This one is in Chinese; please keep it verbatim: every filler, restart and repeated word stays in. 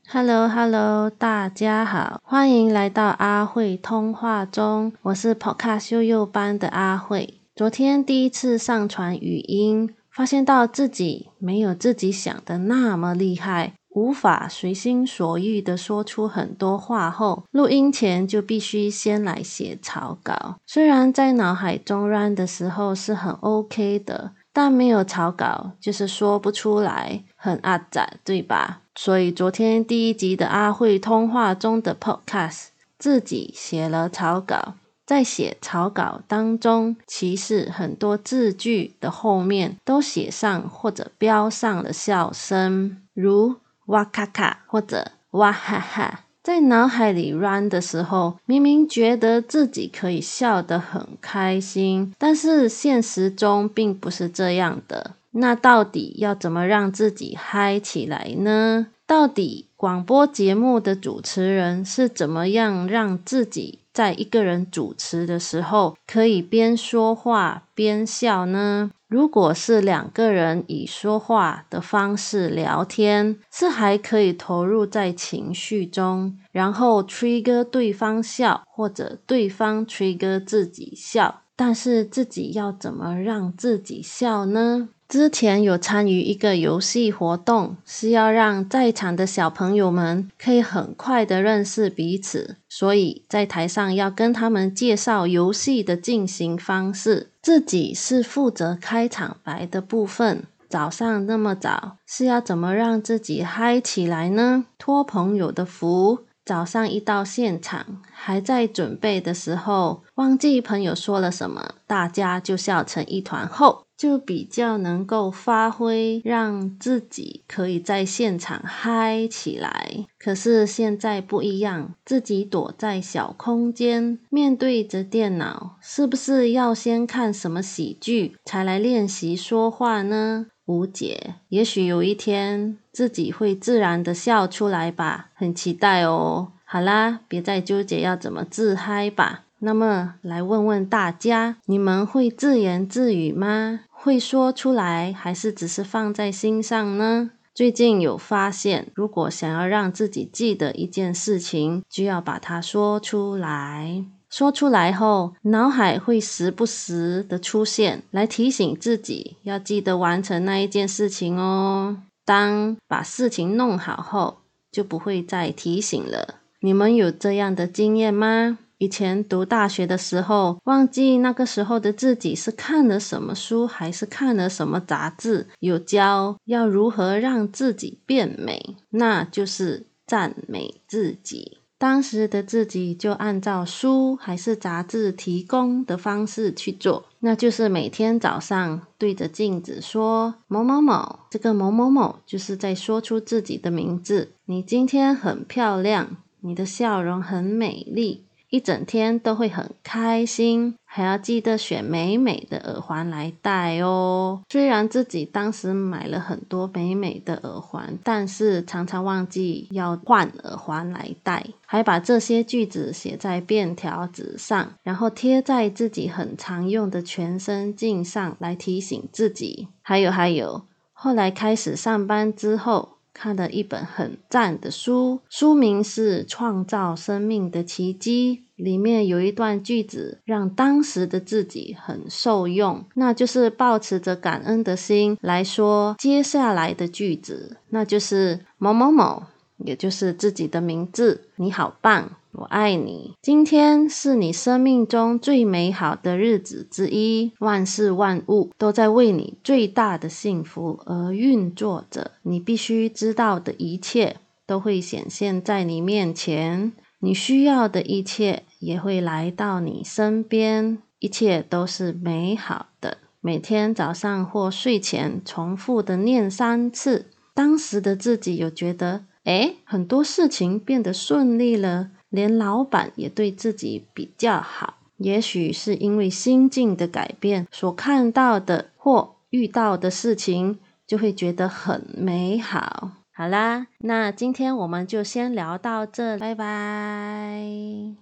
Hello Hello， 大家好，欢迎来到阿慧通话中，我是 Podcast 幼幼班的阿慧。昨天第一次上传语音，发现到自己没有自己想的那么厉害，无法随心所欲的说出很多话后，录音前就必须先来写草稿。虽然在脑海中 run 的时候是很 OK 的，但没有草稿就是说不出来，很阿杂，对吧？所以昨天第一集的阿慧通话中的 podcast 自己写了草稿，在写草稿当中，其实很多字句的后面都写上或者标上了笑声，如哇咔咔或者哇哈哈。在脑海里 run 的时候，明明觉得自己可以笑得很开心，但是现实中并不是这样的。那到底要怎么让自己嗨起来呢？到底广播节目的主持人是怎么样让自己在一个人主持的时候可以边说话边笑呢？如果是两个人以说话的方式聊天，是还可以投入在情绪中，然后 trigger 对方笑，或者对方 trigger 自己笑，但是自己要怎么让自己笑呢？之前有参与一个游戏活动，是要让在场的小朋友们可以很快的认识彼此，所以在台上要跟他们介绍游戏的进行方式，自己是负责开场白的部分。早上那么早，是要怎么让自己嗨起来呢？托朋友的福，早上一到现场，还在准备的时候，忘记朋友说了什么，大家就笑成一团后，就比较能够发挥，让自己可以在现场嗨起来。可是现在不一样，自己躲在小空间，面对着电脑，是不是要先看什么喜剧，才来练习说话呢？无解，也许有一天自己会自然的笑出来吧，很期待哦。好啦，别再纠结要怎么自嗨吧。那么来问问大家，你们会自言自语吗？会说出来，还是只是放在心上呢？最近有发现，如果想要让自己记得一件事情，就要把它说出来。说出来后，脑海会时不时的出现，来提醒自己要记得完成那一件事情哦。当把事情弄好后，就不会再提醒了。你们有这样的经验吗？以前读大学的时候，忘记那个时候的自己是看了什么书，还是看了什么杂志，有教要如何让自己变美，那就是赞美自己。当时的自己就按照书还是杂志提供的方式去做，那就是每天早上对着镜子说某某某，这个某某某就是在说出自己的名字。你今天很漂亮，你的笑容很美丽，一整天都会很开心，还要记得选美美的耳环来戴哦。虽然自己当时买了很多美美的耳环，但是常常忘记要换耳环来戴，还把这些句子写在便条纸上，然后贴在自己很常用的全身镜上来提醒自己。还有还有，后来开始上班之后，看了一本很赞的书，书名是《创造生命的奇迹》，里面有一段句子让当时的自己很受用，那就是抱持着感恩的心来说接下来的句子，那就是某某某，也就是自己的名字，你好棒，我爱你，今天是你生命中最美好的日子之一，万事万物都在为你最大的幸福而运作着，你必须知道的一切都会显现在你面前，你需要的一切也会来到你身边，一切都是美好的。每天早上或睡前重复的念三次。当时的自己有觉得，诶，很多事情变得顺利了，连老板也对自己比较好。也许是因为心境的改变，所看到的或遇到的事情就会觉得很美好。好啦，那今天我们就先聊到这，拜拜。